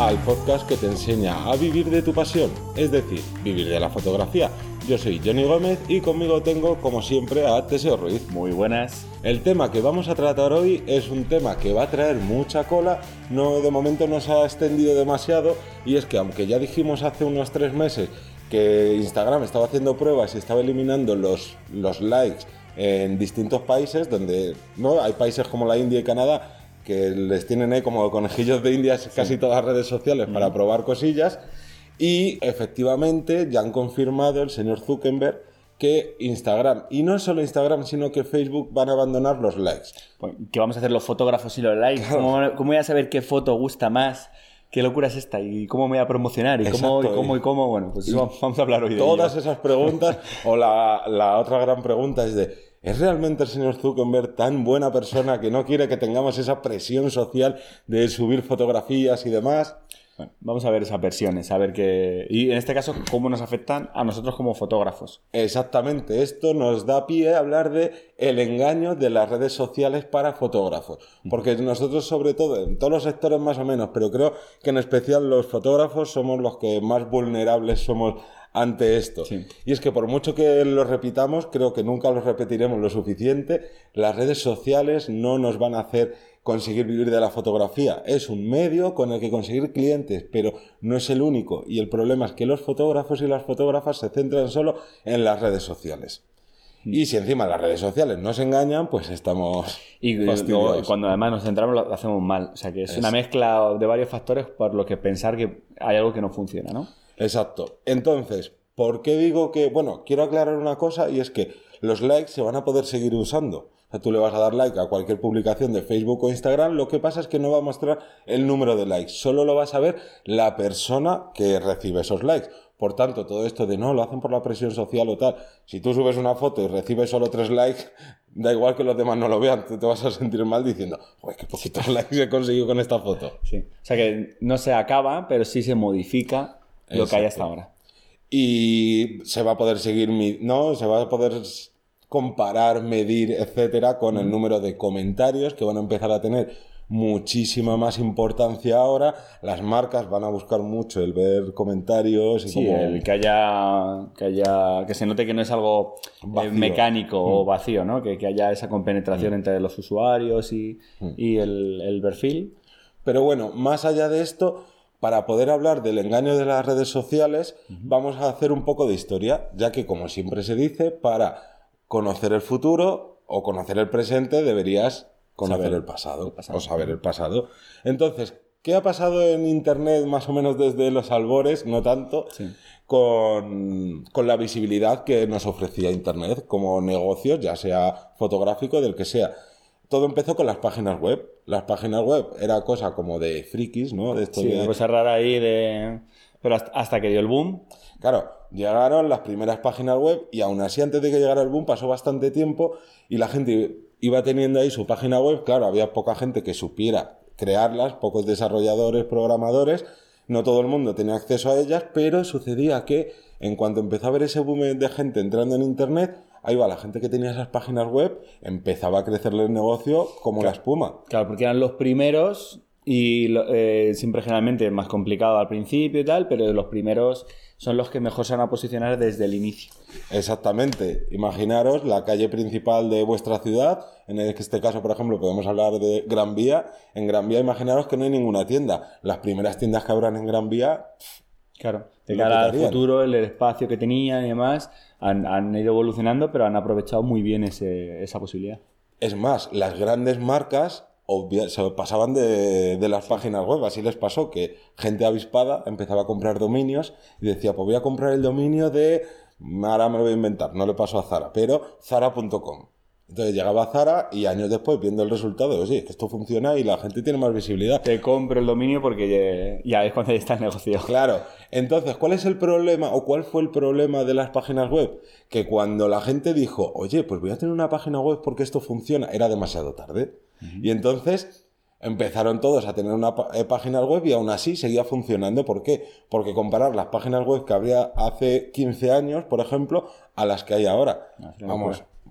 al podcast que te enseña a vivir de tu pasión, es decir, vivir de la fotografía. Yo soy Johnny Gómez y conmigo tengo, como siempre, a Teseo Ruiz. Muy buenas. El tema que vamos a tratar hoy es un tema que va a traer mucha cola, de momento no se ha extendido demasiado, y es que aunque ya dijimos hace unos 3 meses que Instagram estaba haciendo pruebas y estaba eliminando los likes en distintos países, donde no hay países como la India y Canadá que les tienen ahí como conejillos de Indias casi todas las redes sociales para probar cosillas, y efectivamente ya han confirmado el señor Zuckerberg que Instagram, y no solo Instagram, sino que Facebook van a abandonar los likes. Pues, ¿qué vamos a hacer los fotógrafos y los likes? Claro. ¿Cómo voy a saber qué foto gusta más? ¿Qué locura es esta? ¿Y cómo me voy a promocionar? ¿Y cómo? Bueno, pues vamos a hablar hoy de todas ello. Esas preguntas. O la otra gran pregunta es ¿es realmente el señor Zuckerberg tan buena persona que no quiere que tengamos esa presión social de subir fotografías y demás? Bueno, vamos a ver esas versiones, a ver qué... Y en este caso, cómo nos afectan a nosotros como fotógrafos. Exactamente, esto nos da pie a hablar de el engaño de las redes sociales para fotógrafos. Porque nosotros, sobre todo, en todos los sectores más o menos, pero creo que en especial los fotógrafos somos los que más vulnerables somos ante esto. Sí. Y es que por mucho que lo repitamos, creo que nunca lo repetiremos lo suficiente, las redes sociales no nos van a hacer conseguir vivir de la fotografía. Es un medio con el que conseguir clientes, pero no es el único. Y el problema es que los fotógrafos y las fotógrafas se centran solo en las redes sociales. Y si encima las redes sociales nos engañan, pues estamos fastidiados. Cuando además nos centramos lo hacemos mal. O sea que es una mezcla de varios factores por lo que pensar que hay algo que no funciona, ¿no? Exacto. Entonces, ¿por qué digo que...? Bueno, quiero aclarar una cosa, y es que los likes se van a poder seguir usando. O sea, tú le vas a dar like a cualquier publicación de Facebook o Instagram, lo que pasa es que no va a mostrar el número de likes, solo lo va a saber la persona que recibe esos likes. Por tanto, todo esto de no, lo hacen por la presión social o tal, si tú subes una foto y recibes solo 3 likes, da igual que los demás no lo vean, tú te vas a sentir mal diciendo, ¡joder, qué poquitos likes he conseguido con esta foto! Sí. O sea que no se acaba, pero sí se modifica lo que hay hasta ahora. Y se va a poder seguir, se va a poder comparar, medir, etcétera, con el número de comentarios que van a empezar a tener muchísima más importancia ahora. Las marcas van a buscar mucho el ver comentarios y sí, el que se note que no es algo mecánico o vacío, ¿no? Que haya esa compenetración entre los usuarios y el perfil. Pero bueno, más allá de esto, para poder hablar del engaño de las redes sociales, vamos a hacer un poco de historia, ya que, como siempre se dice, para conocer el futuro o conocer el presente deberías conocer el pasado o saber el pasado. Entonces, ¿qué ha pasado en Internet más o menos desde los albores, no tanto, con la visibilidad que nos ofrecía Internet como negocio, ya sea fotográfico, del que sea? Todo empezó con las páginas web. Las páginas web era cosa como de frikis, ¿no? De esto una cosa rara ahí pero hasta que dio el boom. Claro, llegaron las primeras páginas web y aún así antes de que llegara el boom pasó bastante tiempo y la gente iba teniendo ahí su página web. Claro, había poca gente que supiera crearlas, pocos desarrolladores, programadores, no todo el mundo tenía acceso a ellas, pero sucedía que en cuanto empezó a haber ese boom de gente entrando en Internet, ahí va, la gente que tenía esas páginas web empezaba a crecerle el negocio como la espuma. Claro, porque eran los primeros y siempre generalmente más complicado al principio y tal, pero los primeros son los que mejor se van a posicionar desde el inicio. Exactamente. Imaginaros la calle principal de vuestra ciudad, en este caso, por ejemplo, podemos hablar de Gran Vía. En Gran Vía, imaginaros que no hay ninguna tienda. Las primeras tiendas que habrán en Gran Vía... Claro, de cara al futuro, el espacio que tenían y demás, han ido evolucionando, pero han aprovechado muy bien esa posibilidad. Es más, las grandes marcas se pasaban de las páginas web. Así les pasó que gente avispada empezaba a comprar dominios y decía, pues voy a comprar el dominio de... Ahora me lo voy a inventar, no le pasó a Zara, pero Zara.com. Entonces llegaba a Zara y años después, viendo el resultado, oye, que esto funciona y la gente tiene más visibilidad. Te compro el dominio porque ya es cuando ya está el negocio. Claro. Entonces, ¿cuál es el problema o cuál fue el problema de las páginas web? Que cuando la gente dijo, oye, pues voy a tener una página web porque esto funciona, era demasiado tarde. Y entonces empezaron todos a tener una página web y aún así seguía funcionando. ¿Por qué? Porque comparar las páginas web que habría hace 15 años, por ejemplo, a las que hay ahora. Vamos,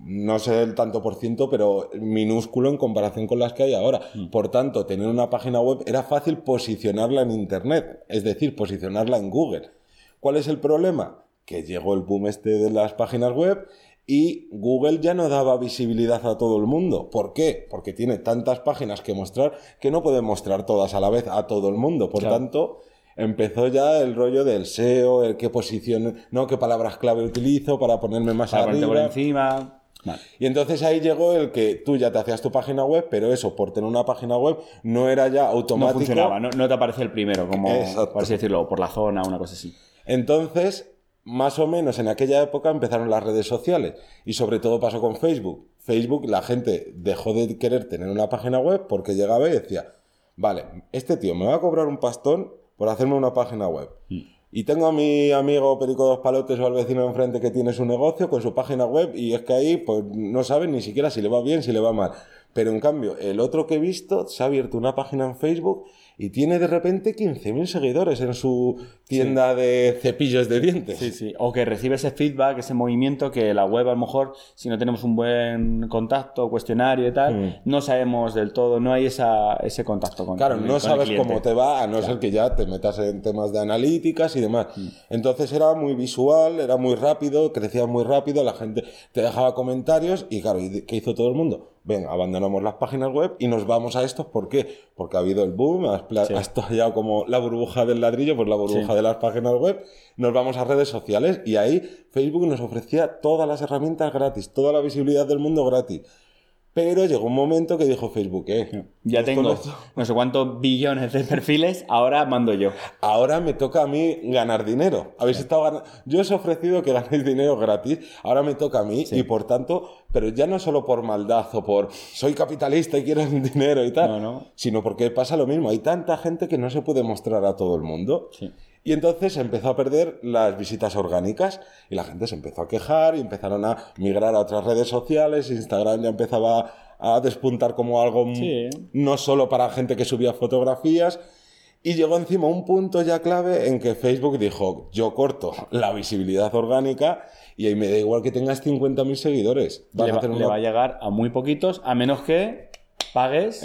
no sé el tanto por ciento, pero minúsculo en comparación con las que hay ahora. Por tanto, tener una página web era fácil posicionarla en Internet, es decir, posicionarla en Google. ¿Cuál es el problema? Que llegó el boom de las páginas web y Google ya no daba visibilidad a todo el mundo. ¿Por qué? Porque tiene tantas páginas que mostrar que no puede mostrar todas a la vez a todo el mundo. Por tanto, empezó ya el rollo del SEO, el qué posición, no, qué palabras clave utilizo para ponerme más arriba. Por encima. Vale. Y entonces ahí llegó el que tú ya te hacías tu página web, pero eso, por tener una página web, no era ya automático. No funcionaba, no te aparecía el primero, como, por así decirlo, por la zona, una cosa así. Entonces, más o menos en aquella época empezaron las redes sociales y sobre todo pasó con Facebook. Facebook, la gente dejó de querer tener una página web porque llegaba y decía, vale, este tío me va a cobrar un pastón por hacerme una página web. Y tengo a mi amigo Perico Dos Palotes o al vecino de enfrente que tiene su negocio con su página web y es que ahí pues no saben ni siquiera si le va bien, si le va mal. Pero en cambio, el otro que he visto se ha abierto una página en Facebook y tiene de repente 15.000 seguidores en su tienda de cepillos de dientes. Sí, sí. O que recibe ese feedback, ese movimiento que la web a lo mejor, si no tenemos un buen contacto, cuestionario y tal, no sabemos del todo, no hay ese contacto con Claro, no sabes el cliente. cómo te va, a no ser que ya te metas en temas de analíticas y demás. Entonces era muy visual, era muy rápido, crecía muy rápido, la gente te dejaba comentarios y claro, ¿qué hizo todo el mundo? Ven, abandonamos las páginas web y nos vamos a estos. ¿Por qué? Porque ha habido el boom, ha estallado como la burbuja del ladrillo, pues la burbuja de las páginas web. Nos vamos a redes sociales y ahí Facebook nos ofrecía todas las herramientas gratis, toda la visibilidad del mundo gratis. Pero llegó un momento que dijo Facebook, ya tengo no sé cuántos billones de perfiles, ahora mando yo. Ahora me toca a mí ganar dinero. Habéis estado ganando. Yo os he ofrecido que ganéis dinero gratis, ahora me toca a mí y por tanto, pero ya no solo por maldad o por soy capitalista y quiero el dinero y tal, sino porque pasa lo mismo. Hay tanta gente que no se puede mostrar a todo el mundo. Sí. Y entonces se empezó a perder las visitas orgánicas y la gente se empezó a quejar y empezaron a migrar a otras redes sociales. Instagram ya empezaba a despuntar como algo no solo para gente que subía fotografías. Y llegó encima un punto ya clave en que Facebook dijo, yo corto la visibilidad orgánica y ahí me da igual que tengas 50.000 seguidores. Le va a llegar a muy poquitos, a menos que pagues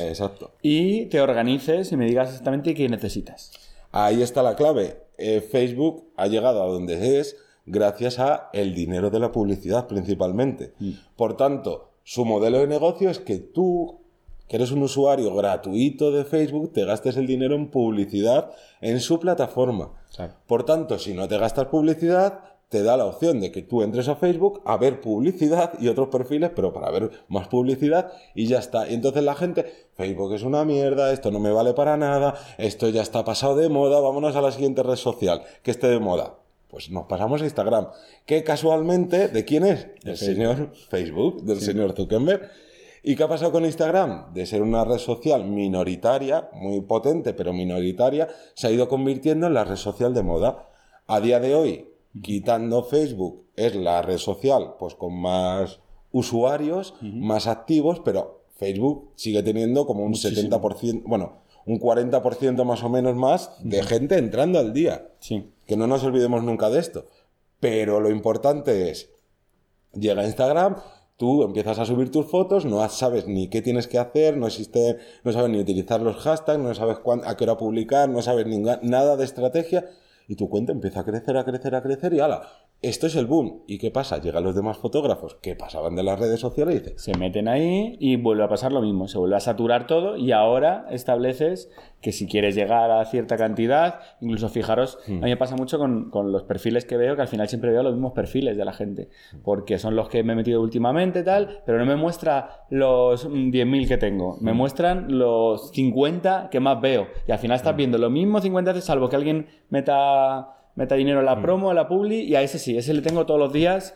y te organices y me digas exactamente qué necesitas. Ahí está la clave. Facebook ha llegado a donde es gracias a el dinero de la publicidad principalmente. Por tanto, su modelo de negocio es que tú, que eres un usuario gratuito de Facebook, te gastes el dinero en publicidad en su plataforma. Claro. Por tanto, si no te gastas publicidad, te da la opción de que tú entres a Facebook a ver publicidad y otros perfiles, pero para ver más publicidad y ya está. Y entonces la gente, Facebook es una mierda, esto no me vale para nada, esto ya está pasado de moda, vámonos a la siguiente red social que esté de moda. Pues nos pasamos a Instagram, que casualmente, ¿de quién es? Del señor Facebook, del señor Zuckerberg. ¿Y qué ha pasado con Instagram? De ser una red social minoritaria, muy potente, pero minoritaria, se ha ido convirtiendo en la red social de moda. A día de hoy, quitando Facebook, es la red social pues con más usuarios, más activos, pero Facebook sigue teniendo como un 70%, bueno, un 40% más o menos más de gente entrando al día. Sí. Que no nos olvidemos nunca de esto. Pero lo importante es, llega a Instagram, tú empiezas a subir tus fotos, no sabes ni qué tienes que hacer, no sabes ni utilizar los hashtags, no sabes a qué hora publicar, no sabes nada de estrategia. Y tu cuenta empieza a crecer y ¡hala! Esto es el boom. ¿Y qué pasa? Llegan los demás fotógrafos que pasaban de las redes sociales y dicen... Se meten ahí y vuelve a pasar lo mismo. Se vuelve a saturar todo y ahora estableces que si quieres llegar a cierta cantidad, incluso fijaros, a mí me pasa mucho con los perfiles que veo, que al final siempre veo los mismos perfiles de la gente, porque son los que me he metido últimamente tal, pero no me muestra los 10.000 que tengo, me muestran los 50 que más veo. Y al final estás viendo lo mismo 50 veces, salvo que alguien meta dinero en la promo, en la publi, y a ese le tengo todos los días,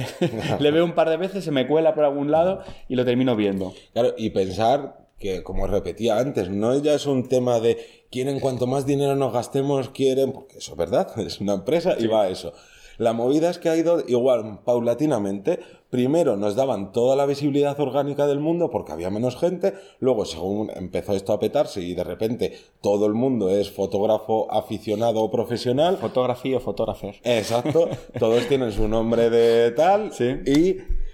le veo un par de veces, se me cuela por algún lado y lo termino viendo. Claro, y pensar que, como repetía antes, no ya es un tema de quieren cuanto más dinero nos gastemos, quieren, porque eso es verdad, es una empresa y va a eso. La movida es que ha ido igual, paulatinamente. Primero nos daban toda la visibilidad orgánica del mundo porque había menos gente. Luego, según empezó esto a petarse y de repente todo el mundo es fotógrafo aficionado o profesional. Fotografía o fotógrafer. Exacto. Todos tienen su nombre de tal. Sí. Y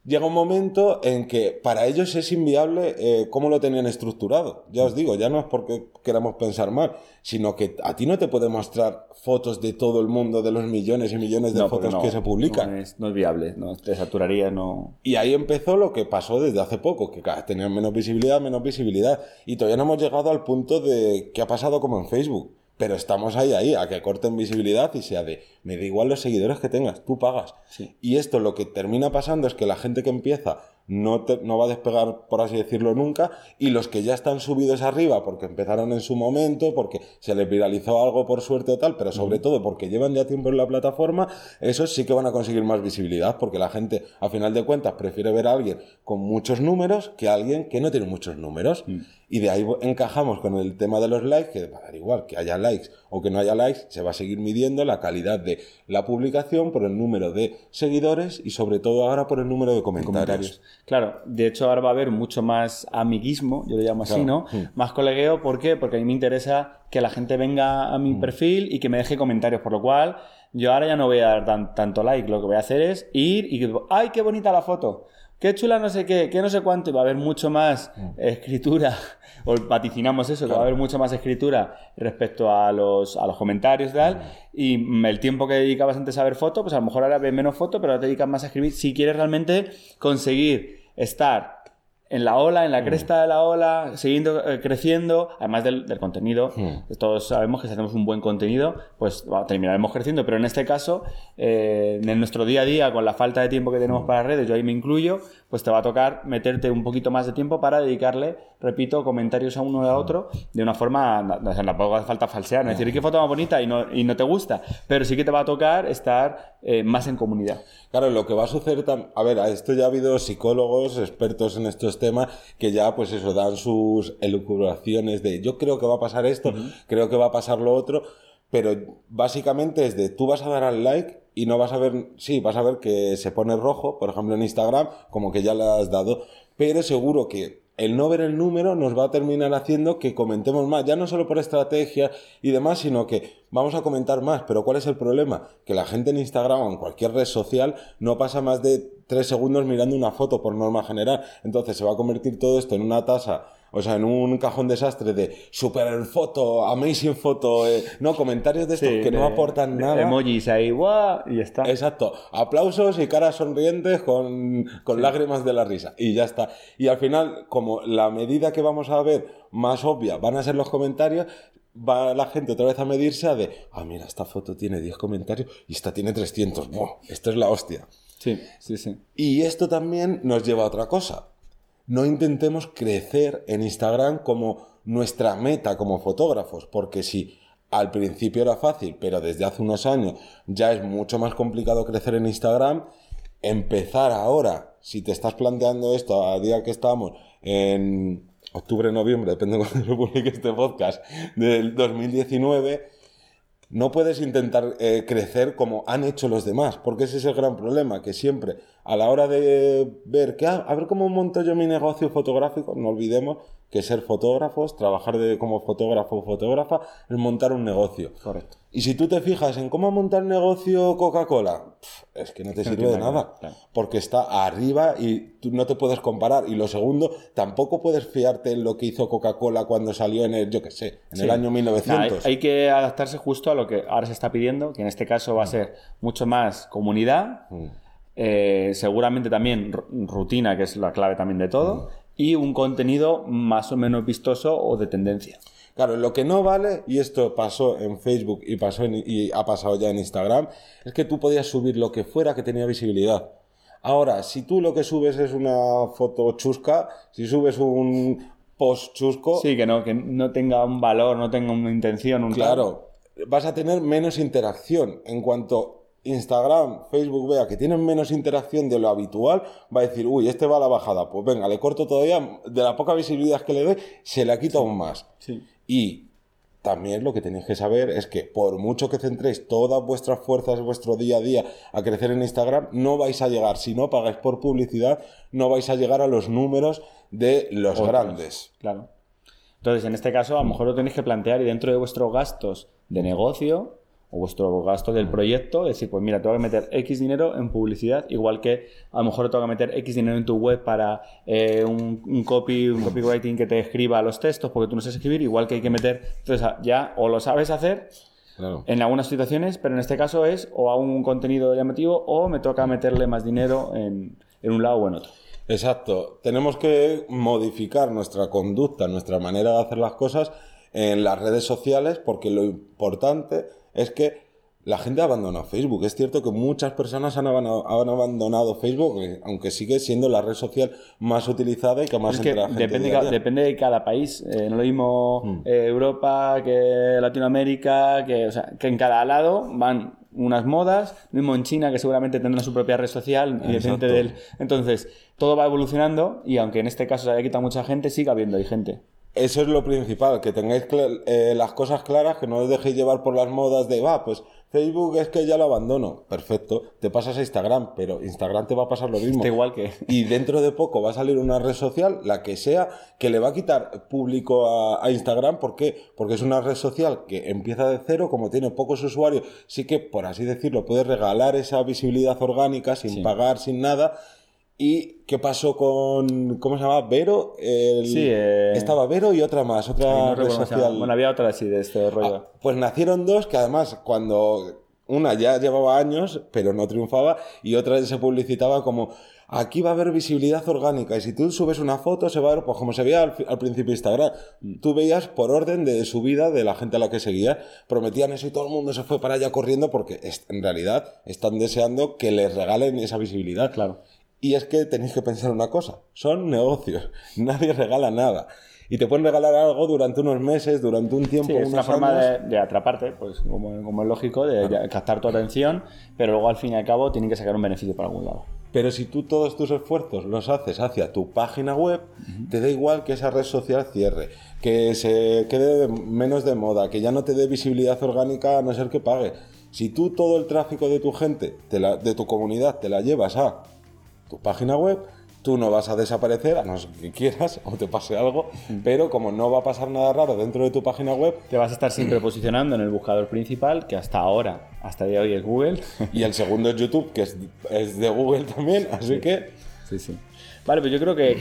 llega un momento en que para ellos es inviable cómo lo tenían estructurado. Ya os digo, ya no es porque queramos pensar mal, sino que a ti no te puede mostrar fotos de todo el mundo, de los millones y millones de fotos que se publican. No es viable, no, te saturaría, no... Y ahí empezó lo que pasó desde hace poco, que cada vez tenían menos visibilidad, y todavía no hemos llegado al punto de qué ha pasado como en Facebook. Pero estamos ahí, a que corten visibilidad y sea de, me da igual los seguidores que tengas, tú pagas. Sí. Y esto lo que termina pasando es que la gente que empieza no va a despegar, por así decirlo, nunca, y los que ya están subidos arriba porque empezaron en su momento, porque se les viralizó algo por suerte o tal, pero sobre todo porque llevan ya tiempo en la plataforma, esos sí que van a conseguir más visibilidad, porque la gente, a final de cuentas, prefiere ver a alguien con muchos números que a alguien que no tiene muchos números. Y de ahí encajamos con el tema de los likes, que va a dar igual que haya likes o que no haya likes, se va a seguir midiendo la calidad de la publicación por el número de seguidores y sobre todo ahora por el número de comentarios. Claro, de hecho ahora va a haber mucho más amiguismo, yo lo llamo así, ¿no? Más colegueo, ¿por qué? Porque a mí me interesa que la gente venga a mi perfil y que me deje comentarios, por lo cual yo ahora ya no voy a dar tanto like, lo que voy a hacer es ir y ¡ay, qué bonita la foto! Qué chula no sé qué, qué no sé cuánto, y va a haber mucho más escritura, o vaticinamos eso, que va a haber mucha más escritura respecto a los comentarios y tal, y el tiempo que dedicabas antes a ver fotos, pues a lo mejor ahora ves menos fotos, pero ahora te dedicas más a escribir, si quieres realmente conseguir estar en la ola, en la cresta de la ola, siguiendo creciendo, además del contenido. Todos sabemos que si hacemos un buen contenido, pues terminaremos creciendo, pero en este caso, en nuestro día a día, con la falta de tiempo que tenemos para redes, yo ahí me incluyo, pues te va a tocar meterte un poquito más de tiempo para dedicarle, repito, comentarios a uno y a otro, de una forma, tampoco hace falta falsear, no es decir, qué foto más bonita y no te gusta, pero sí que te va a tocar estar más en comunidad. Claro, lo que va a suceder a ver, a esto ya ha habido psicólogos, expertos en estos temas, que ya, pues eso, dan sus elucubraciones de yo creo que va a pasar esto, creo que va a pasar lo otro, pero básicamente es de tú vas a dar al like y no vas a ver, sí, vas a ver que se pone rojo, por ejemplo en Instagram, como que ya le has dado, pero seguro que el no ver el número nos va a terminar haciendo que comentemos más, ya no solo por estrategia y demás, sino que vamos a comentar más. Pero ¿cuál es el problema? Que la gente en Instagram o en cualquier red social no pasa más de 3 segundos mirando una foto por norma general. Entonces se va a convertir todo esto en una tasa, o sea, en un cajón desastre de super foto, amazing foto, no, comentarios de estos que no aportan nada. Emojis ahí, ¡guau! Y ya está. Exacto. Aplausos y caras sonrientes con lágrimas de la risa. Y ya está. Y al final, como la medida que vamos a ver más obvia van a ser los comentarios, va la gente otra vez a medirse a de, mira, esta foto tiene 10 comentarios y esta tiene 300. ¡Buah! Esto es la hostia. Sí. Y esto también nos lleva a otra cosa. No intentemos crecer en Instagram como nuestra meta como fotógrafos, porque si al principio era fácil, pero desde hace unos años ya es mucho más complicado crecer en Instagram, empezar ahora, si te estás planteando esto a día que estamos en octubre, noviembre, depende de cuando se publique este podcast, del 2019... No puedes intentar crecer como han hecho los demás, porque ese es el gran problema, que siempre a la hora de ver que a ver cómo monto yo mi negocio fotográfico, no olvidemos que ser fotógrafos, trabajar como fotógrafo o fotógrafa, es montar un negocio. Correcto. Y si tú te fijas en cómo montar el negocio Coca-Cola, es que no te sirve de nada, claro. Porque está arriba y tú no te puedes comparar. Y lo segundo, tampoco puedes fiarte en lo que hizo Coca-Cola cuando salió en el, el año 1900. Hay que adaptarse justo a lo que ahora se está pidiendo, que en este caso va a ser mucho más comunidad, seguramente también rutina, que es la clave también de todo, y un contenido más o menos vistoso o de tendencia. Claro, lo que no vale, y esto pasó en Facebook y ha pasado ya en Instagram, es que tú podías subir lo que fuera que tenía visibilidad. Ahora, si tú lo que subes es una foto chusca, si subes un post chusco... Sí, que no tenga un valor, no tenga una intención. Claro, vas a tener menos interacción. En cuanto Instagram, Facebook vea que tienen menos interacción de lo habitual, va a decir, uy, este va a la bajada, pues venga, le corto todavía, de la poca visibilidad que le doy, se la quito aún más. Sí. Y también lo que tenéis que saber es que por mucho que centréis todas vuestras fuerzas, vuestro día a día a crecer en Instagram, no vais a llegar, si no pagáis por publicidad, no vais a llegar a los números de los grandes. Claro. Entonces, en este caso, a lo mejor lo tenéis que plantear y dentro de vuestros gastos de negocio, o vuestro gasto del proyecto, es decir, pues mira, tengo que meter X dinero en publicidad, igual que a lo mejor tengo que meter X dinero en tu web para un copywriting que te escriba los textos porque tú no sabes escribir, igual que hay que meter, entonces ya o lo sabes hacer. Claro. En algunas situaciones, pero en este caso es o hago un contenido llamativo o me toca meterle más dinero en un lado o en otro. Exacto. Tenemos que modificar nuestra conducta, nuestra manera de hacer las cosas en las redes sociales, porque lo importante es que la gente ha abandonado Facebook. Es cierto que muchas personas han abandonado Facebook, aunque sigue siendo la red social más utilizada y que más entra la gente depende de cada país. No es lo mismo Europa que Latinoamérica, que en cada lado van unas modas, lo mismo en China, que seguramente tendrán su propia red social, independiente entonces, todo va evolucionando y aunque en este caso se haya quitado mucha gente, sigue habiendo ahí gente. Eso es lo principal, que tengáis las cosas claras, que no os dejéis llevar por las modas de, pues Facebook es que ya lo abandono. Perfecto, te pasas a Instagram, pero Instagram te va a pasar lo mismo. Está igual que... Y dentro de poco va a salir una red social, la que sea, que le va a quitar público a Instagram. ¿Por qué? Porque es una red social que empieza de cero, como tiene pocos usuarios, sí que, por así decirlo, puedes regalar esa visibilidad orgánica sin pagar, sin nada. ¿Y qué pasó con... ¿Cómo se llamaba? ¿Vero? Estaba Vero y otra más, otra red social. Bueno, había otra así de este rollo. Pues nacieron dos que además cuando... Una ya llevaba años, pero no triunfaba, y otra se publicitaba como... Aquí va a haber visibilidad orgánica, y si tú subes una foto se va a ver, pues como se veía al principio de Instagram, tú veías por orden de subida de la gente a la que seguías, prometían eso y todo el mundo se fue para allá corriendo porque en realidad están deseando que les regalen esa visibilidad. Claro. Y es que tenéis que pensar una cosa, son negocios, nadie regala nada. Y te pueden regalar algo durante unos meses, durante un tiempo, es una forma de atraparte, pues como es lógico, de captar tu atención, pero luego al fin y al cabo tienen que sacar un beneficio por algún lado. Pero si tú todos tus esfuerzos los haces hacia tu página web, te da igual que esa red social cierre, que se quede menos de moda, que ya no te dé visibilidad orgánica a no ser que pague. Si tú todo el tráfico de tu gente, de tu comunidad, te la llevas a tu página web, tú no vas a desaparecer, a no ser que quieras o te pase algo, pero como no va a pasar nada raro dentro de tu página web... Te vas a estar siempre posicionando en el buscador principal, que hasta ahora, hasta el día de hoy es Google. Y el segundo es YouTube, que es de Google también, así que... Sí. Vale, pues yo creo que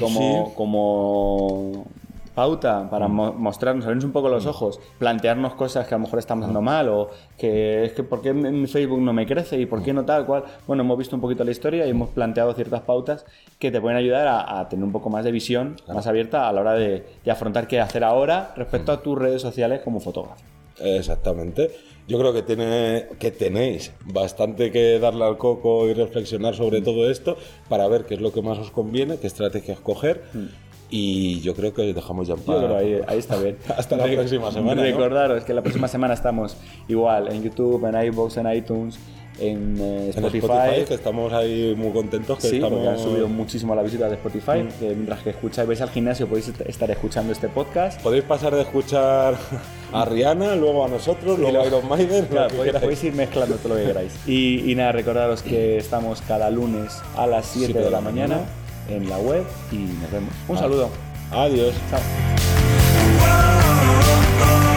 como pauta para mostrarnos, abrirnos un poco los ojos, plantearnos cosas que a lo mejor estamos haciendo mal, o que es que ¿por qué en Facebook no me crece y por qué no tal cual? Bueno, hemos visto un poquito la historia y hemos planteado ciertas pautas que te pueden ayudar a tener un poco más de visión, más abierta a la hora de afrontar qué hacer ahora respecto a tus redes sociales como fotógrafo. Exactamente. Yo creo que tenéis bastante que darle al coco y reflexionar sobre todo esto para ver qué es lo que más os conviene, qué estrategia escoger. Y yo creo que dejamos ya en paz. Yo creo ahí está bien. Hasta la próxima semana. Recordaros que la próxima semana estamos igual en YouTube, en iVoox, en iTunes, en Spotify. Que estamos ahí muy contentos. Porque han subido muchísimo la visita de Spotify. Que mientras que escucháis, vais al gimnasio, podéis estar escuchando este podcast. Podéis pasar de escuchar a Rihanna, luego a nosotros, luego a Iron Maiden. Claro, podéis ir mezclando todo lo que queráis. Y nada, recordaros que estamos cada lunes a las 7 de la mañana en la web y nos vemos. Un saludo. Adiós. Chao.